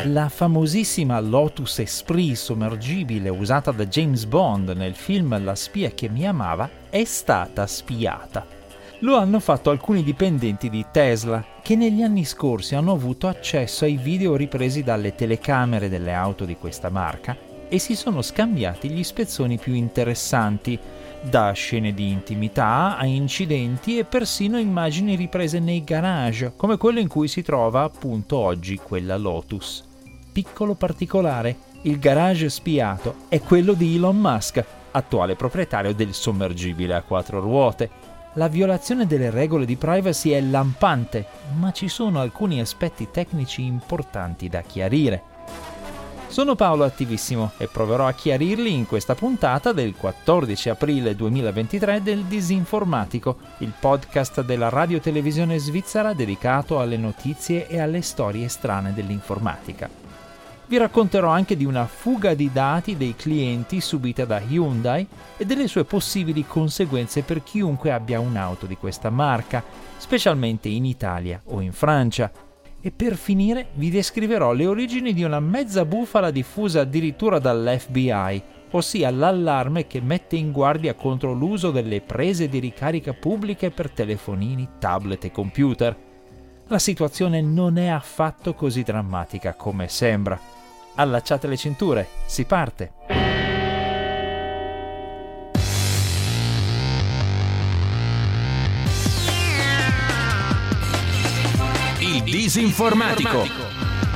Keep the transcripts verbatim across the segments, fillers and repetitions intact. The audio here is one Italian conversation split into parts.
La famosissima Lotus Esprit sommergibile usata da James Bond nel film La spia che mi amava è stata spiata. Lo hanno fatto alcuni dipendenti di Tesla, che negli anni scorsi hanno avuto accesso ai video ripresi dalle telecamere delle auto di questa marca e si sono scambiati gli spezzoni più interessanti, da scene di intimità a incidenti e persino immagini riprese nei garage, come quello in cui si trova appunto oggi quella Lotus. Piccolo particolare, il garage spiato è quello di Elon Musk, attuale proprietario del sommergibile a quattro ruote. La violazione delle regole di privacy è lampante, ma ci sono alcuni aspetti tecnici importanti da chiarire. Sono Paolo Attivissimo e proverò a chiarirli in questa puntata del quattordici aprile duemilaventitré del Disinformatico, il podcast della radio-televisione svizzera dedicato alle notizie e alle storie strane dell'informatica. Vi racconterò anche di una fuga di dati dei clienti subita da Hyundai e delle sue possibili conseguenze per chiunque abbia un'auto di questa marca, specialmente in Italia o in Francia. E per finire vi descriverò le origini di una mezza bufala diffusa addirittura dall'F B I, ossia l'allarme che mette in guardia contro l'uso delle prese di ricarica pubbliche per telefonini, tablet e computer. La situazione non è affatto così drammatica come sembra. Allacciate le cinture, si parte! Il Disinformatico.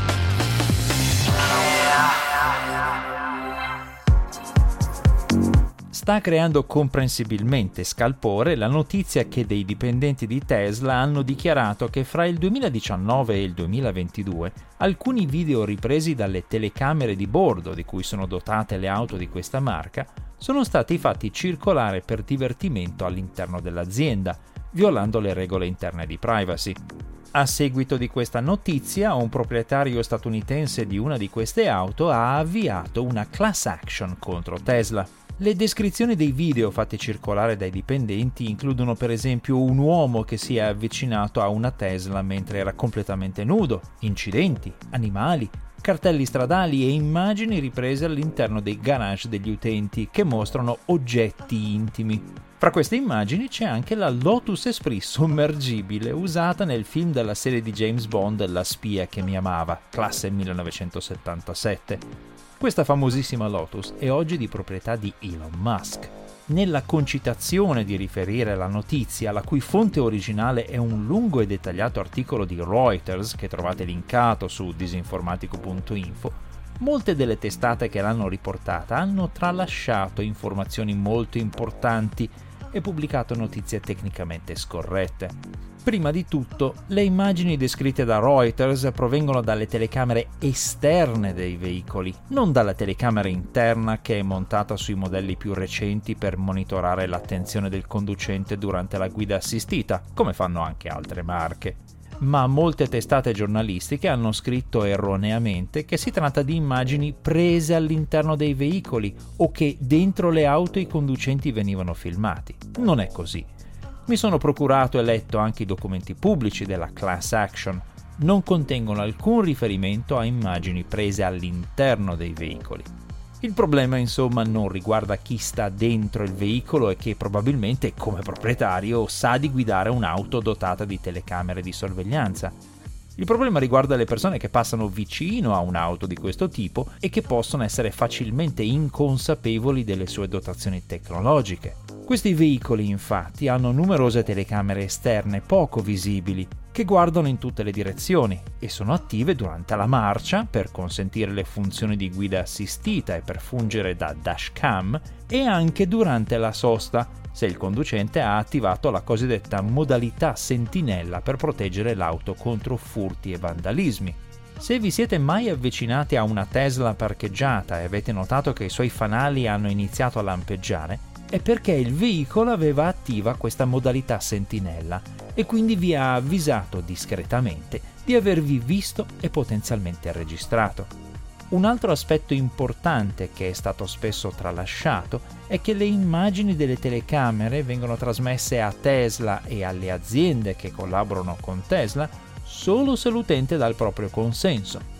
Sta creando comprensibilmente scalpore la notizia che dei dipendenti di Tesla hanno dichiarato che fra il duemiladiciannove e il duemilaventidue alcuni video ripresi dalle telecamere di bordo di cui sono dotate le auto di questa marca sono stati fatti circolare per divertimento all'interno dell'azienda, violando le regole interne di privacy. A seguito di questa notizia, un proprietario statunitense di una di queste auto ha avviato una class action contro Tesla. Le descrizioni dei video fatti circolare dai dipendenti includono per esempio un uomo che si è avvicinato a una Tesla mentre era completamente nudo, incidenti, animali, cartelli stradali e immagini riprese all'interno dei garage degli utenti che mostrano oggetti intimi. Fra queste immagini c'è anche la Lotus Esprit sommergibile usata nel film della serie di James Bond La spia che mi amava, classe millenovecentosettantasette. Questa famosissima Lotus è oggi di proprietà di Elon Musk. Nella concitazione di riferire la notizia, la cui fonte originale è un lungo e dettagliato articolo di Reuters che trovate linkato su disinformatico punto info, molte delle testate che l'hanno riportata hanno tralasciato informazioni molto importanti e pubblicato notizie tecnicamente scorrette. Prima di tutto, le immagini descritte da Reuters provengono dalle telecamere esterne dei veicoli, non dalla telecamera interna che è montata sui modelli più recenti per monitorare l'attenzione del conducente durante la guida assistita, come fanno anche altre marche. Ma molte testate giornalistiche hanno scritto erroneamente che si tratta di immagini prese all'interno dei veicoli o che dentro le auto i conducenti venivano filmati. Non è così. Mi sono procurato e letto anche i documenti pubblici della class action. Non contengono alcun riferimento a immagini prese all'interno dei veicoli. Il problema, insomma, non riguarda chi sta dentro il veicolo e che probabilmente, come proprietario, sa di guidare un'auto dotata di telecamere di sorveglianza. Il problema riguarda le persone che passano vicino a un'auto di questo tipo e che possono essere facilmente inconsapevoli delle sue dotazioni tecnologiche. Questi veicoli, infatti, hanno numerose telecamere esterne poco visibili che guardano in tutte le direzioni e sono attive durante la marcia per consentire le funzioni di guida assistita e per fungere da dashcam e anche durante la sosta, se il conducente ha attivato la cosiddetta modalità sentinella per proteggere l'auto contro furti e vandalismi. Se vi siete mai avvicinati a una Tesla parcheggiata e avete notato che i suoi fanali hanno iniziato a lampeggiare, è perché il veicolo aveva attiva questa modalità sentinella e quindi vi ha avvisato discretamente di avervi visto e potenzialmente registrato. Un altro aspetto importante che è stato spesso tralasciato è che le immagini delle telecamere vengono trasmesse a Tesla e alle aziende che collaborano con Tesla solo se l'utente dà il proprio consenso.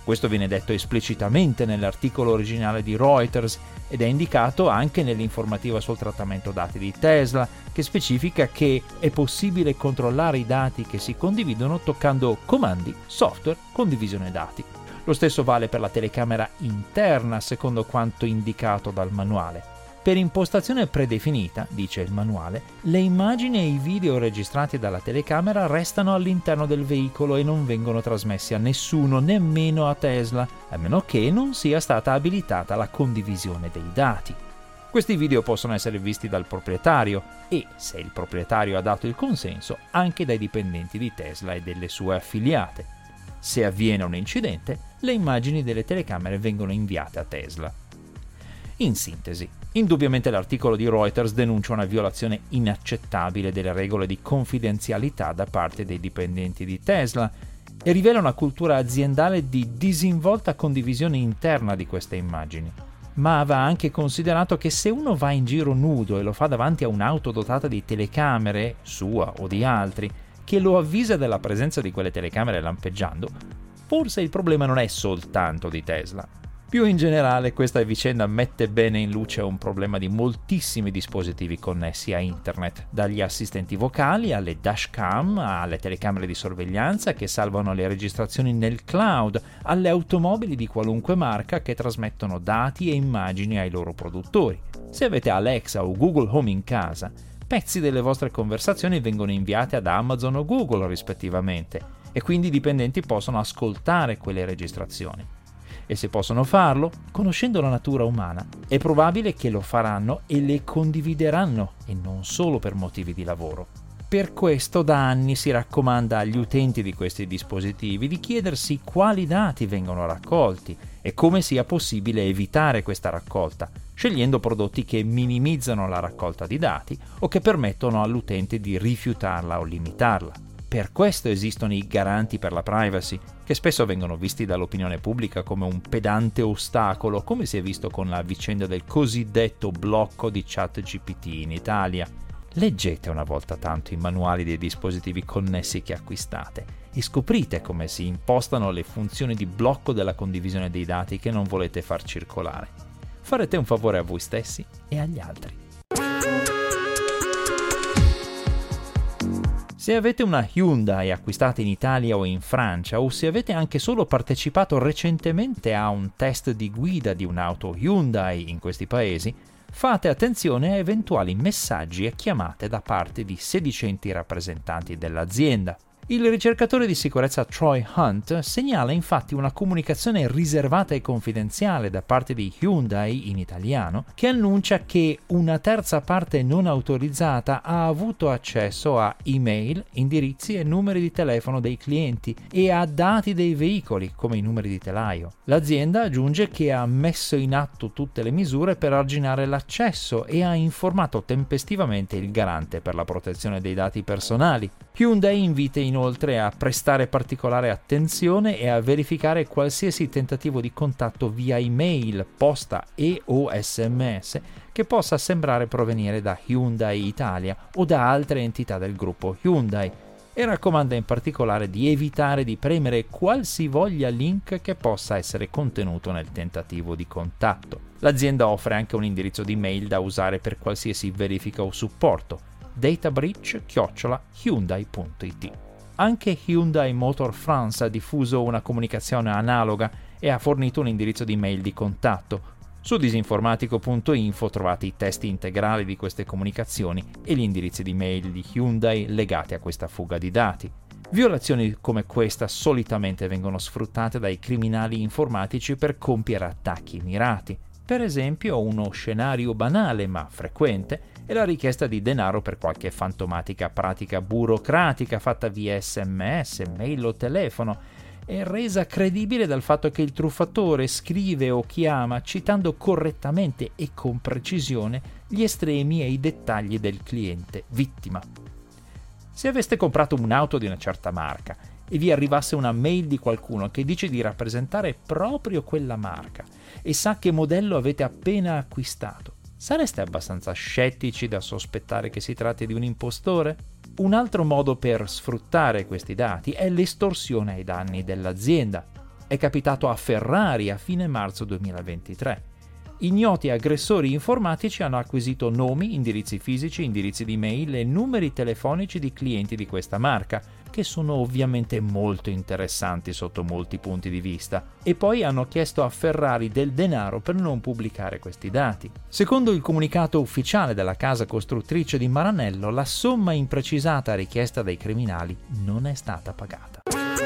Questo viene detto esplicitamente nell'articolo originale di Reuters ed è indicato anche nell'informativa sul trattamento dati di Tesla, che specifica che è possibile controllare i dati che si condividono toccando comandi, software, condivisione dati. Lo stesso vale per la telecamera interna, secondo quanto indicato dal manuale. Per impostazione predefinita, dice il manuale, le immagini e i video registrati dalla telecamera restano all'interno del veicolo e non vengono trasmessi a nessuno, nemmeno a Tesla, a meno che non sia stata abilitata la condivisione dei dati. Questi video possono essere visti dal proprietario e, se il proprietario ha dato il consenso, anche dai dipendenti di Tesla e delle sue affiliate. Se avviene un incidente, le immagini delle telecamere vengono inviate a Tesla. In sintesi, indubbiamente l'articolo di Reuters denuncia una violazione inaccettabile delle regole di confidenzialità da parte dei dipendenti di Tesla e rivela una cultura aziendale di disinvolta condivisione interna di queste immagini. Ma va anche considerato che se uno va in giro nudo e lo fa davanti a un'auto dotata di telecamere, sua o di altri, che lo avvisa della presenza di quelle telecamere lampeggiando, forse il problema non è soltanto di Tesla. Più in generale, questa vicenda mette bene in luce un problema di moltissimi dispositivi connessi a internet, dagli assistenti vocali alle dashcam, alle telecamere di sorveglianza che salvano le registrazioni nel cloud, alle automobili di qualunque marca che trasmettono dati e immagini ai loro produttori. Se avete Alexa o Google Home in casa, pezzi delle vostre conversazioni vengono inviati ad Amazon o Google rispettivamente, e quindi i dipendenti possono ascoltare quelle registrazioni. E se possono farlo, conoscendo la natura umana, è probabile che lo faranno e le condivideranno, e non solo per motivi di lavoro. Per questo da anni si raccomanda agli utenti di questi dispositivi di chiedersi quali dati vengono raccolti e come sia possibile evitare questa raccolta, scegliendo prodotti che minimizzano la raccolta di dati o che permettono all'utente di rifiutarla o limitarla. Per questo esistono i garanti per la privacy, che spesso vengono visti dall'opinione pubblica come un pedante ostacolo, come si è visto con la vicenda del cosiddetto blocco di ChatGPT in Italia. Leggete una volta tanto i manuali dei dispositivi connessi che acquistate e scoprite come si impostano le funzioni di blocco della condivisione dei dati che non volete far circolare. Farete un favore a voi stessi e agli altri. Se avete una Hyundai acquistata in Italia o in Francia, o se avete anche solo partecipato recentemente a un test di guida di un'auto Hyundai in questi paesi, fate attenzione a eventuali messaggi e chiamate da parte di sedicenti rappresentanti dell'azienda. Il ricercatore di sicurezza Troy Hunt segnala infatti una comunicazione riservata e confidenziale da parte di Hyundai in italiano che annuncia che una terza parte non autorizzata ha avuto accesso a email, indirizzi e numeri di telefono dei clienti e a dati dei veicoli come i numeri di telaio. L'azienda aggiunge che ha messo in atto tutte le misure per arginare l'accesso e ha informato tempestivamente il garante per la protezione dei dati personali. Hyundai invita inoltre a prestare particolare attenzione e a verificare qualsiasi tentativo di contatto via email, posta e o sms che possa sembrare provenire da Hyundai Italia o da altre entità del gruppo Hyundai e raccomanda in particolare di evitare di premere qualsivoglia link che possa essere contenuto nel tentativo di contatto. L'azienda offre anche un indirizzo di mail da usare per qualsiasi verifica o supporto: databreach chiocciola hyundai punto it. Anche Hyundai Motor France ha diffuso una comunicazione analoga e ha fornito un indirizzo di mail di contatto. Su disinformatico punto info trovate i testi integrali di queste comunicazioni e gli indirizzi di mail di Hyundai legati a questa fuga di dati. Violazioni come questa solitamente vengono sfruttate dai criminali informatici per compiere attacchi mirati. Per esempio, uno scenario banale ma frequente è la richiesta di denaro per qualche fantomatica pratica burocratica fatta via sms, mail o telefono, è resa credibile dal fatto che il truffatore scrive o chiama citando correttamente e con precisione gli estremi e i dettagli del cliente vittima. Se aveste comprato un'auto di una certa marca e vi arrivasse una mail di qualcuno che dice di rappresentare proprio quella marca e sa che modello avete appena acquistato, sareste abbastanza scettici da sospettare che si tratti di un impostore? Un altro modo per sfruttare questi dati è l'estorsione ai danni dell'azienda. È capitato a Ferrari a fine marzo duemilaventitré. Ignoti aggressori informatici hanno acquisito nomi, indirizzi fisici, indirizzi di mail e numeri telefonici di clienti di questa marca, che sono ovviamente molto interessanti sotto molti punti di vista, e poi hanno chiesto a Ferrari del denaro per non pubblicare questi dati. Secondo il comunicato ufficiale della casa costruttrice di Maranello, la somma imprecisata richiesta dai criminali non è stata pagata.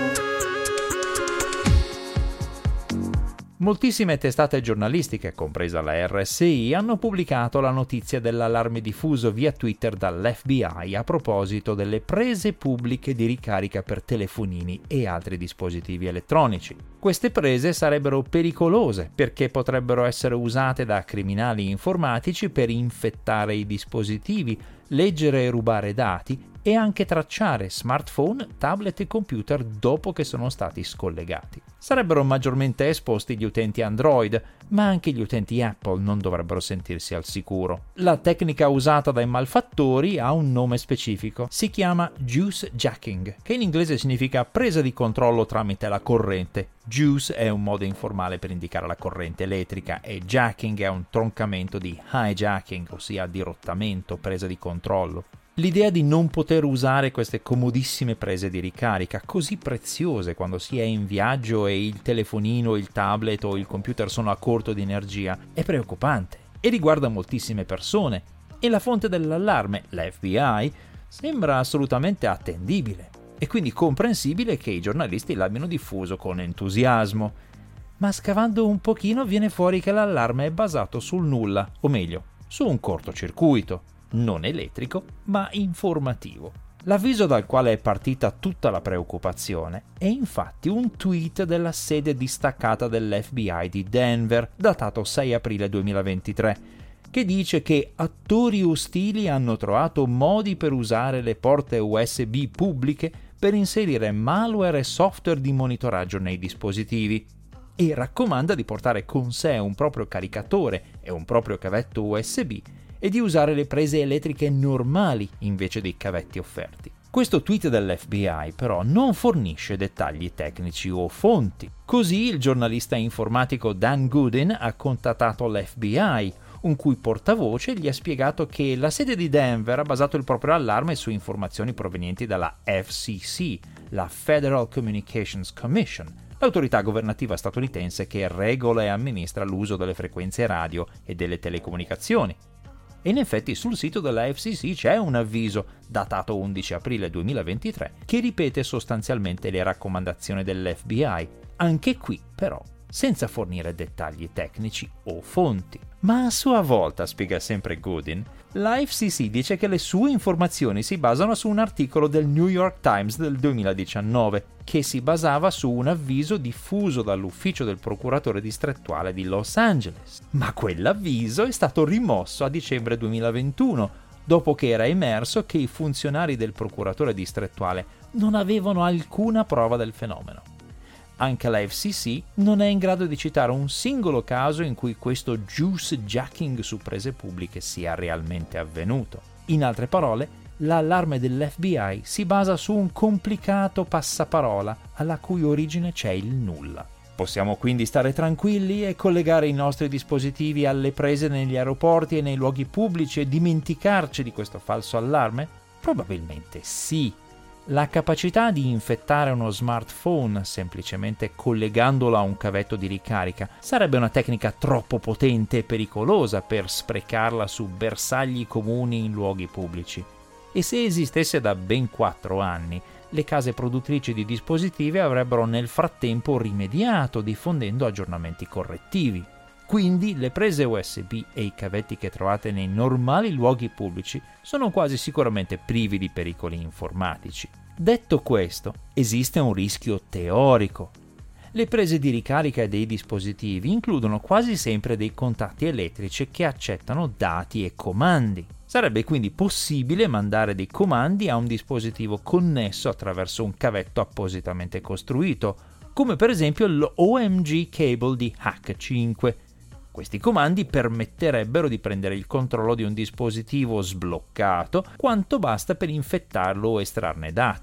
Moltissime testate giornalistiche, compresa la R S I, hanno pubblicato la notizia dell'allarme diffuso via Twitter dall'F B I a proposito delle prese pubbliche di ricarica per telefonini e altri dispositivi elettronici. Queste prese sarebbero pericolose perché potrebbero essere usate da criminali informatici per infettare i dispositivi, leggere e rubare dati e anche tracciare smartphone, tablet e computer dopo che sono stati scollegati. Sarebbero maggiormente esposti gli utenti Android, ma anche gli utenti Apple non dovrebbero sentirsi al sicuro. La tecnica usata dai malfattori ha un nome specifico, si chiama juice jacking, che in inglese significa presa di controllo tramite la corrente. Juice è un modo informale per indicare la corrente elettrica e jacking è un troncamento di hijacking, ossia dirottamento, presa di controllo. L'idea di non poter usare queste comodissime prese di ricarica, così preziose quando si è in viaggio e il telefonino, il tablet o il computer sono a corto di energia, è preoccupante e riguarda moltissime persone. E la fonte dell'allarme, la F B I, sembra assolutamente attendibile e quindi comprensibile che i giornalisti l'abbiano diffuso con entusiasmo. Ma scavando un pochino viene fuori che l'allarme è basato sul nulla, o meglio, su un cortocircuito. Non elettrico, ma informativo. L'avviso dal quale è partita tutta la preoccupazione è infatti un tweet della sede distaccata dell'F B I di Denver, datato sei aprile duemilaventitré, che dice che attori ostili hanno trovato modi per usare le porte U S B pubbliche per inserire malware e software di monitoraggio nei dispositivi e raccomanda di portare con sé un proprio caricatore e un proprio cavetto U S B e di usare le prese elettriche normali invece dei cavetti offerti. Questo tweet dell'F B I però non fornisce dettagli tecnici o fonti. Così il giornalista informatico Dan Goodin ha contattato l'F B I, un cui portavoce gli ha spiegato che la sede di Denver ha basato il proprio allarme su informazioni provenienti dalla F C C, la Federal Communications Commission, l'autorità governativa statunitense che regola e amministra l'uso delle frequenze radio e delle telecomunicazioni. E in effetti sul sito della F C C c'è un avviso, datato undici aprile duemilaventitré, che ripete sostanzialmente le raccomandazioni dell'F B I, anche qui però senza fornire dettagli tecnici o fonti. Ma a sua volta, spiega sempre Goodin, la F C C dice che le sue informazioni si basano su un articolo del New York Times del duemiladiciannove, che si basava su un avviso diffuso dall'ufficio del procuratore distrettuale di Los Angeles. Ma quell'avviso è stato rimosso a dicembre duemilaventuno, dopo che era emerso che i funzionari del procuratore distrettuale non avevano alcuna prova del fenomeno. Anche la F C C non è in grado di citare un singolo caso in cui questo juice jacking su prese pubbliche sia realmente avvenuto. In altre parole, l'allarme dell'F B I si basa su un complicato passaparola alla cui origine c'è il nulla. Possiamo quindi stare tranquilli e collegare i nostri dispositivi alle prese negli aeroporti e nei luoghi pubblici e dimenticarci di questo falso allarme? Probabilmente sì. La capacità di infettare uno smartphone semplicemente collegandolo a un cavetto di ricarica sarebbe una tecnica troppo potente e pericolosa per sprecarla su bersagli comuni in luoghi pubblici. E se esistesse da ben quattro anni, le case produttrici di dispositivi avrebbero nel frattempo rimediato diffondendo aggiornamenti correttivi. Quindi le prese U S B e i cavetti che trovate nei normali luoghi pubblici sono quasi sicuramente privi di pericoli informatici. Detto questo, esiste un rischio teorico. Le prese di ricarica dei dispositivi includono quasi sempre dei contatti elettrici che accettano dati e comandi. Sarebbe quindi possibile mandare dei comandi a un dispositivo connesso attraverso un cavetto appositamente costruito, come per esempio l'O M G Cable di Hack cinque. Questi comandi permetterebbero di prendere il controllo di un dispositivo sbloccato quanto basta per infettarlo o estrarne dati.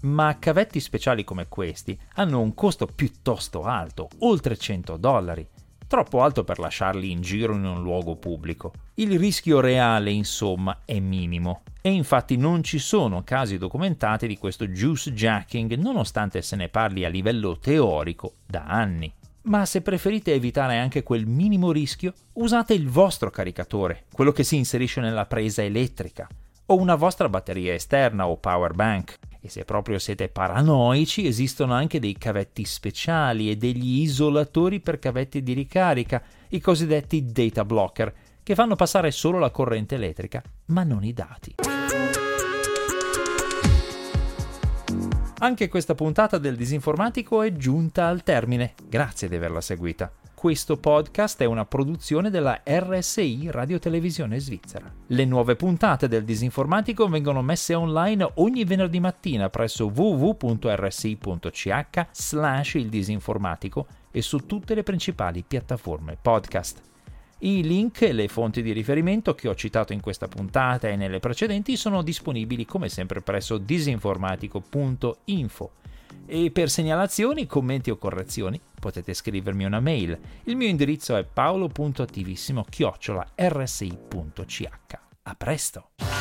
Ma cavetti speciali come questi hanno un costo piuttosto alto, oltre cento dollari. Troppo alto per lasciarli in giro in un luogo pubblico. Il rischio reale, insomma, è minimo. E infatti non ci sono casi documentati di questo juice jacking, nonostante se ne parli a livello teorico da anni. Ma se preferite evitare anche quel minimo rischio, usate il vostro caricatore, quello che si inserisce nella presa elettrica, o una vostra batteria esterna o power bank. E se proprio siete paranoici, esistono anche dei cavetti speciali e degli isolatori per cavetti di ricarica, i cosiddetti data blocker, che fanno passare solo la corrente elettrica, ma non i dati. Anche questa puntata del Disinformatico è giunta al termine. Grazie di averla seguita. Questo podcast è una produzione della R S I Radio Televisione Svizzera. Le nuove puntate del Disinformatico vengono messe online ogni venerdì mattina presso w w w punto r s i punto c h slash il disinformatico e su tutte le principali piattaforme podcast. I link e le fonti di riferimento che ho citato in questa puntata e nelle precedenti sono disponibili come sempre presso disinformatico punto info. E per segnalazioni, commenti o correzioni potete scrivermi una mail. Il mio indirizzo è paolo punto attivissimo chiocciola r s i punto c h. A presto!